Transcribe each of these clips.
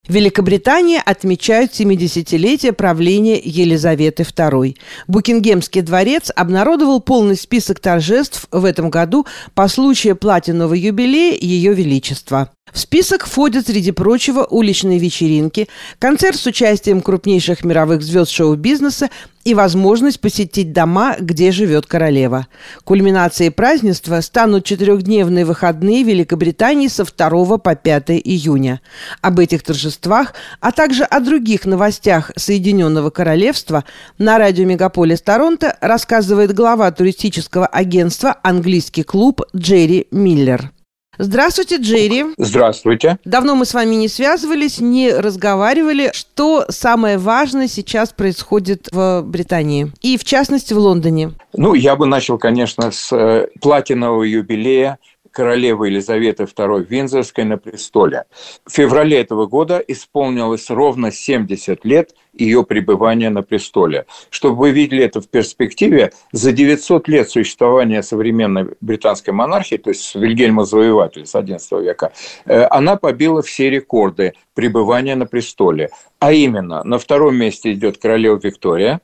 Великобритания отмечает 70-летие правления Елизаветы II. Букингемский дворец обнародовал полный список торжеств в этом году по случаю платинового юбилея Ее Величества. В список входят, среди прочего, уличные вечеринки, концерт с участием крупнейших мировых звезд шоу-бизнеса и возможность посетить дома, где живет королева. Кульминацией празднества станут 4-дневные выходные в Великобритании со 2 по 5 июня. Об этих торжествах, а также о других новостях Соединенного Королевства на радио «Мегаполис Торонто» рассказывает глава туристического агентства «Английский клуб» Джерри Миллер. Здравствуйте, Джерри. Здравствуйте. Давно мы с вами не связывались, не разговаривали. Что самое важное сейчас происходит в Британии и, в частности, в Лондоне? Я бы начал, конечно, с платинового юбилея королевы Елизаветы II Виндзорской на престоле. В феврале этого года исполнилось ровно 70 лет ее пребывания на престоле. Чтобы вы видели это в перспективе, за 900 лет существования современной британской монархии, то есть с Вильгельма Завоевателя с XI века, она побила все рекорды пребывания на престоле. А именно, на втором месте идет королева Виктория,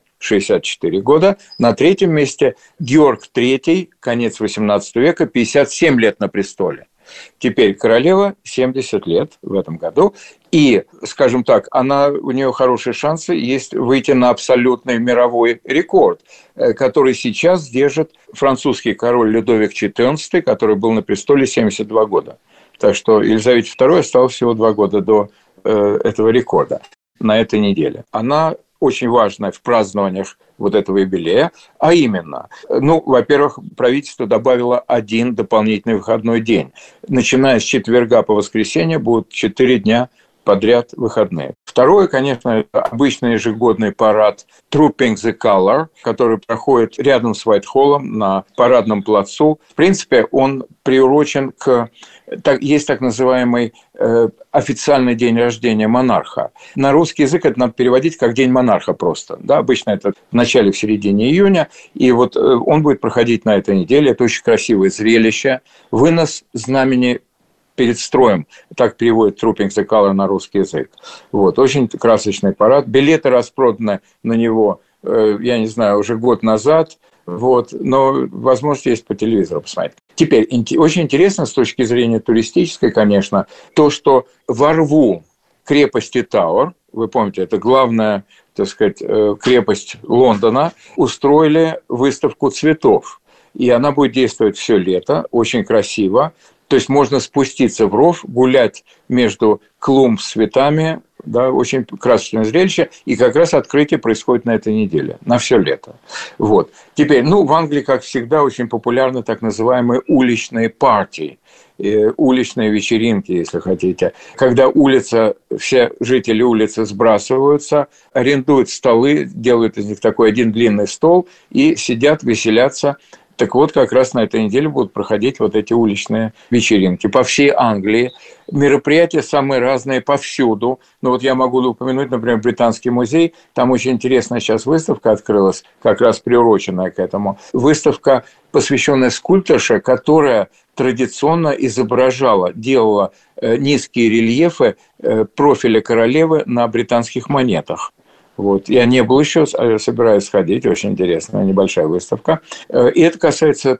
64 года. На третьем месте Георг III, конец XVIII века, 57 лет на престоле. Теперь королева 70 лет в этом году. И, скажем так, у нее хорошие шансы есть выйти на абсолютный мировой рекорд, который сейчас держит французский король Людовик XIV, который был на престоле 72 года. Так что Елизавете II осталось всего 2 года до этого рекорда на этой неделе. Она очень важное в празднованиях вот этого юбилея, а именно, во-первых, правительство добавило 1 дополнительный выходной день. Начиная с четверга по воскресенье будут 4 дня подряд выходные. Второе, конечно, это обычный ежегодный парад Trooping the Colour, который проходит рядом с Уайтхоллом на парадном плацу. В принципе, он приурочен есть так называемый официальный день рождения монарха. На русский язык это надо переводить как День монарха просто. Да? Обычно это в начале, в середине июня. И вот он будет проходить на этой неделе. Это очень красивое зрелище. Вынос знамени перед строем, так переводит Trooping the Colour на русский язык. Очень красочный парад. Билеты распроданы на него, я не знаю, уже год назад. Но возможность есть по телевизору посмотреть. Теперь, очень интересно с точки зрения туристической, конечно, то, что во рву крепости Тауэр, вы помните, это главная, так сказать, крепость Лондона, устроили выставку цветов. И она будет действовать все лето, очень красиво. То есть можно спуститься в ров, гулять между клумб с цветами, да, очень красочное зрелище, и как раз открытие происходит на этой неделе, на все лето. Теперь, в Англии, как всегда, очень популярны так называемые уличные партии, уличные вечеринки, если хотите, когда все жители улицы сбрасываются, арендуют столы, делают из них такой один длинный стол и сидят, веселятся. Так вот, как раз на этой неделе будут проходить эти уличные вечеринки по всей Англии. Мероприятия самые разные повсюду. Я могу упомянуть, например, Британский музей. Там очень интересная сейчас выставка открылась, как раз приуроченная к этому. Выставка, посвященная скульпторше, которая традиционно делала низкие рельефы профиля королевы на британских монетах. Я не был еще, собираюсь сходить, очень интересная небольшая выставка. И это касается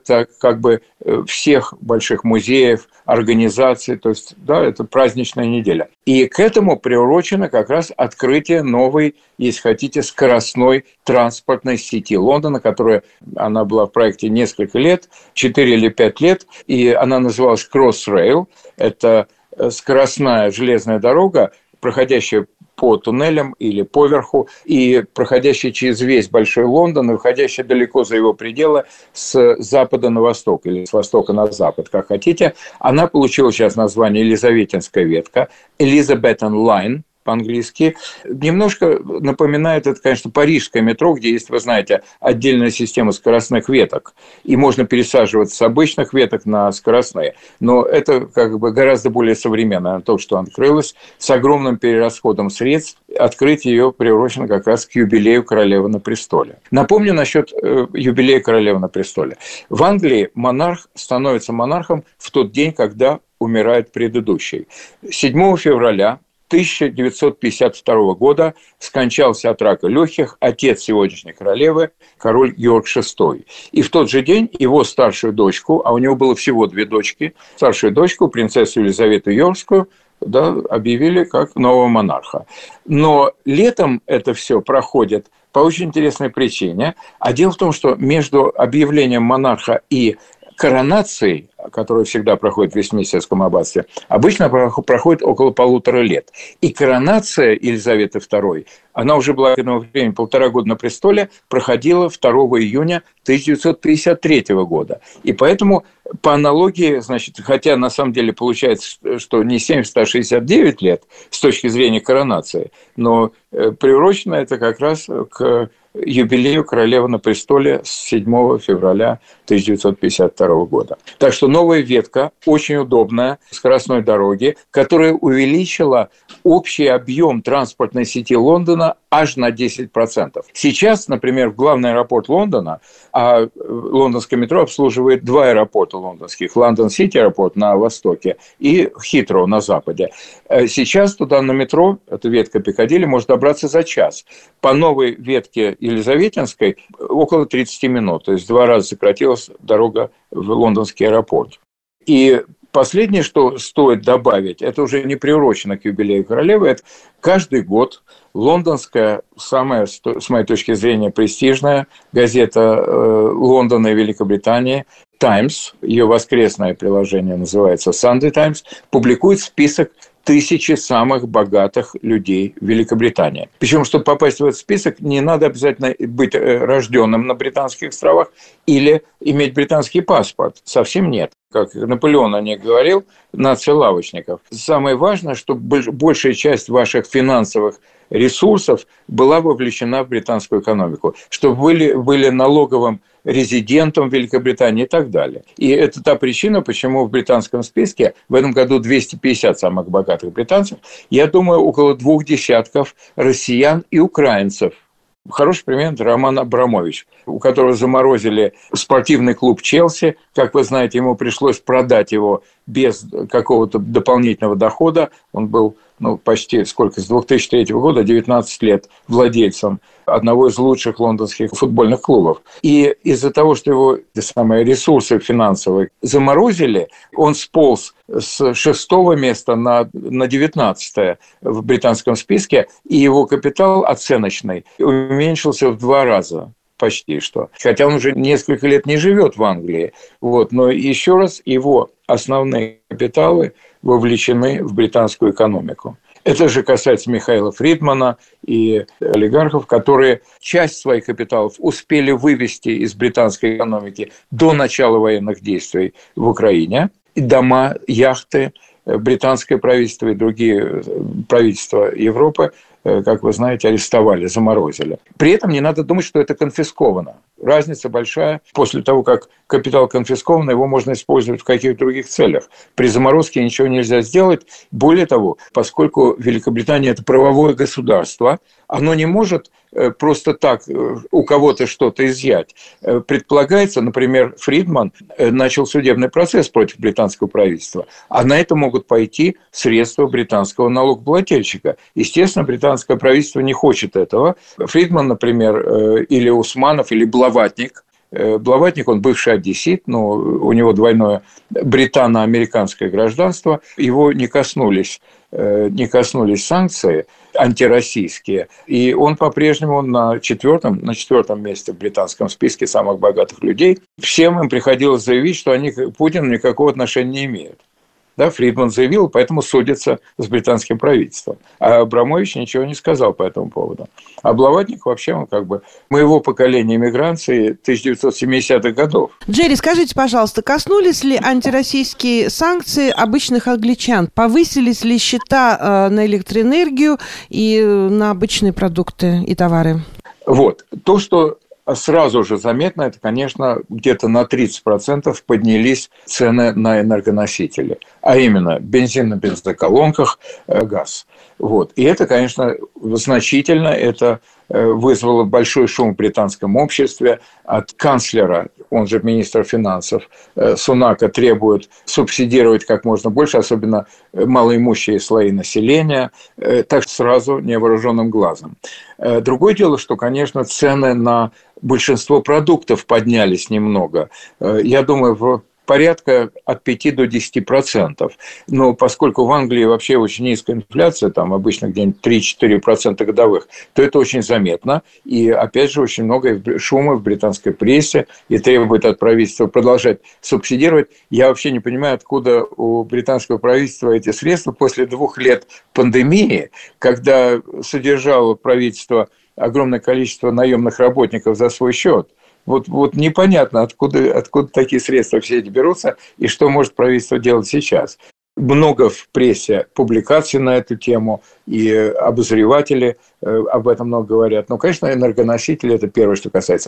всех больших музеев, организаций, то есть, да, это праздничная неделя. И к этому приурочено как раз открытие новой, если хотите, скоростной транспортной сети Лондона, она была в проекте несколько лет, 4 или 5 лет, и она называлась Crossrail. Это скоростная железная дорога, проходящая по туннелям или поверху, и проходящая через весь Большой Лондон, и выходящая далеко за его пределы с запада на восток, или с востока на запад, как хотите. Она получила сейчас название «Елизаветинская ветка», «Elizabethan Line», по-английски. Немножко напоминает это, конечно, парижское метро, где есть, вы знаете, отдельная система скоростных веток. И можно пересаживаться с обычных веток на скоростные. Но это гораздо более современное. То, что открылось, с огромным перерасходом средств. Открытие ее приурочено как раз к юбилею королевы на престоле. Напомню насчет юбилея королевы на престоле. В Англии монарх становится монархом в тот день, когда умирает предыдущий. 7 февраля 1952 года скончался от рака легких отец сегодняшней королевы, король Георг VI. И в тот же день его старшую дочку, а у него было всего 2 дочки, старшую дочку, принцессу Елизавету Йоркскую, да, объявили как нового монарха. Но летом это все проходит по очень интересной причине. А дело в том, что между объявлением монарха и коронацией, которая всегда проходит в Вестминстерском аббатстве, обычно проходит около 1,5 лет. И коронация Елизаветы II, она уже была к этому времени 1,5 года на престоле, проходила 2 июня 1953 года. И поэтому, по аналогии, значит, хотя на самом деле получается, что не 70, а 69 лет с точки зрения коронации, но приурочено это как раз к юбилею королевы на престоле с 7 февраля 1952 года. Так что новая ветка, очень удобная, скоростной дороги, которая увеличила общий объем транспортной сети Лондона аж на 10%. Сейчас, например, в главный аэропорт Лондона, а лондонское метро обслуживает 2 аэропорта лондонских, Лондон-Сити аэропорт на востоке и Хитроу на западе. Сейчас туда на метро, это ветка Пиккадилли, можно добраться за час. По новой ветке Елизаветинской около 30 минут, то есть 2 раза сократилась дорога в лондонский аэропорт. И последнее, что стоит добавить, это уже не приурочено к юбилею королевы, это каждый год лондонская, самая, с моей точки зрения, престижная газета Лондона и Великобритании «Таймс», ее воскресное приложение называется «Sunday Times», публикует список 1000 самых богатых людей в Великобритании. Причем, чтобы попасть в этот список, не надо обязательно быть рожденным на Британских островах или иметь британский паспорт. Совсем нет. Как Наполеон о них говорил, нация лавочников. Самое важное, чтобы большая часть ваших финансовых ресурсов была вовлечена в британскую экономику, чтобы были налоговым резидентом Великобритании и так далее. И это та причина, почему в британском списке в этом году 250 самых богатых британцев, я думаю, около 2 десятков россиян и украинцев. Хороший пример – Роман Абрамович, у которого заморозили спортивный клуб «Челси». Как вы знаете, ему пришлось продать его без какого-то дополнительного дохода. Он был почти с 2003 года, 19 лет владельцем одного из лучших лондонских футбольных клубов. И из-за того, что его ресурсы финансовые заморозили, он сполз с 6-го места на 19-е в британском списке, и его капитал оценочный уменьшился в 2 раза. Почти что. Хотя он уже несколько лет не живет в Англии. Но еще раз, его основные капиталы вовлечены в британскую экономику. Это же касается Михаила Фридмана и олигархов, которые часть своих капиталов успели вывести из британской экономики до начала военных действий в Украине. И дома, яхты, британское правительство и другие правительства Европы, как вы знаете, арестовали, заморозили. При этом не надо думать, что это конфисковано. Разница большая. После того, как капитал конфискован, его можно использовать в каких-то других целях. При заморозке ничего нельзя сделать. Более того, поскольку Великобритания – это правовое государство, оно не может просто так у кого-то что-то изъять. Предполагается, например, Фридман начал судебный процесс против британского правительства, а на это могут пойти средства британского налогоплательщика. Естественно, британское правительство не хочет этого. Фридман, например, или Усманов, или Блаватник. Блаватник, он бывший одессит, но у него двойное британо-американское гражданство. Его не коснулись санкции антироссийские. И он по-прежнему на четвертом месте в британском списке самых богатых людей. Всем им приходилось заявить, что они к Путину никакого отношения не имеют. Да, Фридман заявил, поэтому судится с британским правительством. А Абрамович ничего не сказал по этому поводу. А Блаватник вообще, он моего поколения эмиграции 1970-х годов. Джерри, скажите, пожалуйста, коснулись ли антироссийские санкции обычных англичан? Повысились ли счета на электроэнергию и на обычные продукты и товары? То, что сразу же заметно, это, конечно, где-то на 30% поднялись цены на энергоносители, а именно бензин на бензоколонках, газ. И это, конечно, значительно, это вызвало большой шум в британском обществе. От канцлера он же министр финансов Сунака, требует субсидировать как можно больше, особенно малоимущие слои населения, так сразу невооруженным глазом. Другое дело, что, конечно, цены на большинство продуктов поднялись немного. Я думаю, порядка от 5 до 10%. Но поскольку в Англии вообще очень низкая инфляция, там обычно где-нибудь 3-4% годовых, то это очень заметно. И, опять же, очень много шума в британской прессе и требует от правительства продолжать субсидировать. Я вообще не понимаю, откуда у британского правительства эти средства после 2 лет пандемии, когда содержало правительство огромное количество наемных работников за свой счет. Вот непонятно, откуда такие средства все эти берутся и что может правительство делать сейчас. Много в прессе публикаций на эту тему, и обозреватели об этом много говорят. Но, конечно, энергоносители – это первое, что касается.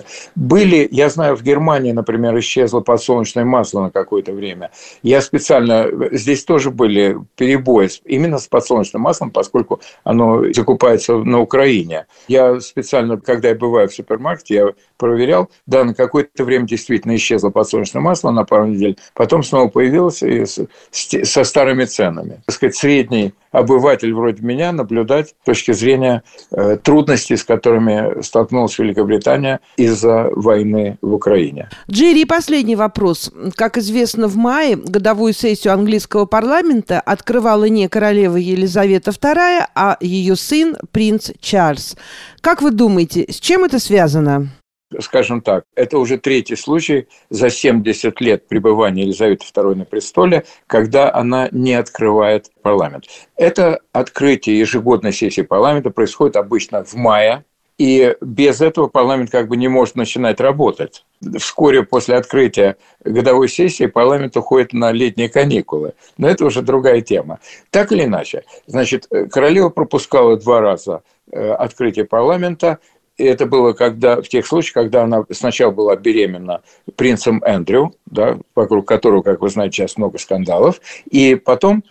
Я знаю, в Германии, например, исчезло подсолнечное масло на какое-то время. Я специально... Здесь тоже были перебои именно с подсолнечным маслом, поскольку оно закупается на Украине. Я специально, когда я бываю в супермаркете, я проверял. Да, на какое-то время действительно исчезло подсолнечное масло на пару недель. Потом снова появилось и со старыми ценами. Так сказать, средний обыватель вроде меня наблюдать с точки зрения трудностей, с которыми столкнулась Великобритания из-за войны в Украине. Джерри, последний вопрос. Как известно, в мае годовую сессию английского парламента открывала не королева Елизавета II, а ее сын принц Чарльз. Как вы думаете, с чем это связано? Скажем так, это уже 3-й случай за 70 лет пребывания Елизаветы II на престоле, когда она не открывает парламент. Это открытие ежегодной сессии парламента происходит обычно в мае, и без этого парламент как бы не может начинать работать. Вскоре после открытия годовой сессии парламент уходит на летние каникулы. Но это уже другая тема. Так или иначе, значит, королева пропускала 2 раза открытие парламента. И это было в тех случаях, когда она сначала была беременна принцем Эндрю, да, вокруг которого, как вы знаете, сейчас много скандалов, и потом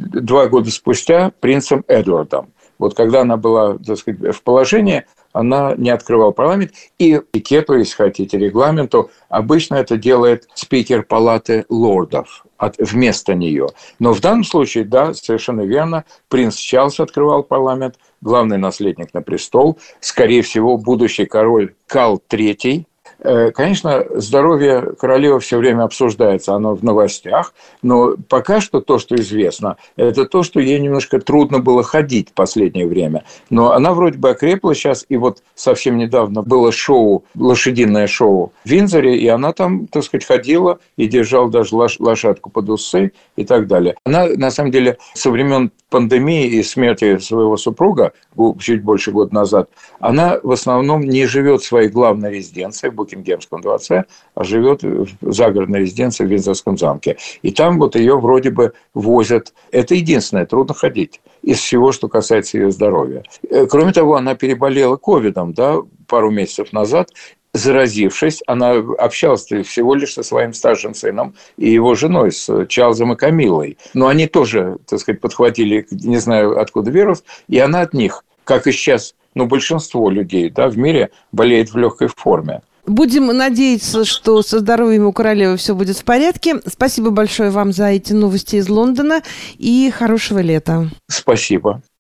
2 года спустя принцем Эдвардом. Вот когда она была, так сказать, в положении, она не открывала парламент. И этикету, если хотите, регламенту, обычно это делает спикер палаты лордов вместо нее. Но в данном случае, да, совершенно верно, принц Чарльз открывал парламент, главный наследник на престол, скорее всего, будущий король Карл III. Конечно, здоровье королевы все время обсуждается, оно в новостях, но пока что то, что известно, это то, что ей немножко трудно было ходить в последнее время. Но она вроде бы окрепла сейчас, и вот совсем недавно было лошадиное шоу в Виндзоре, и она там, так сказать, ходила и держала даже лошадку под усы и так далее. Она, на самом деле, со времен пандемии и смерти своего супруга, чуть больше года назад, она в основном не живет в своей главной резиденции, в Букингемском дворце, а живет в загородной резиденции в Виндзорском замке. И там вот ее вроде бы возят. Это единственное, трудно ходить из всего, что касается ее здоровья. Кроме того, она переболела ковидом, да, пару месяцев назад. Заразившись, она общалась всего лишь со своим старшим сыном и его женой, с Чарльзом и Камиллой. Но они тоже, так сказать, подхватили, не знаю откуда вирус, и она от них, как и сейчас, большинство людей, да, в мире болеет в легкой форме. Будем надеяться, что со здоровьем у королевы все будет в порядке. Спасибо большое вам за эти новости из Лондона и хорошего лета. Спасибо.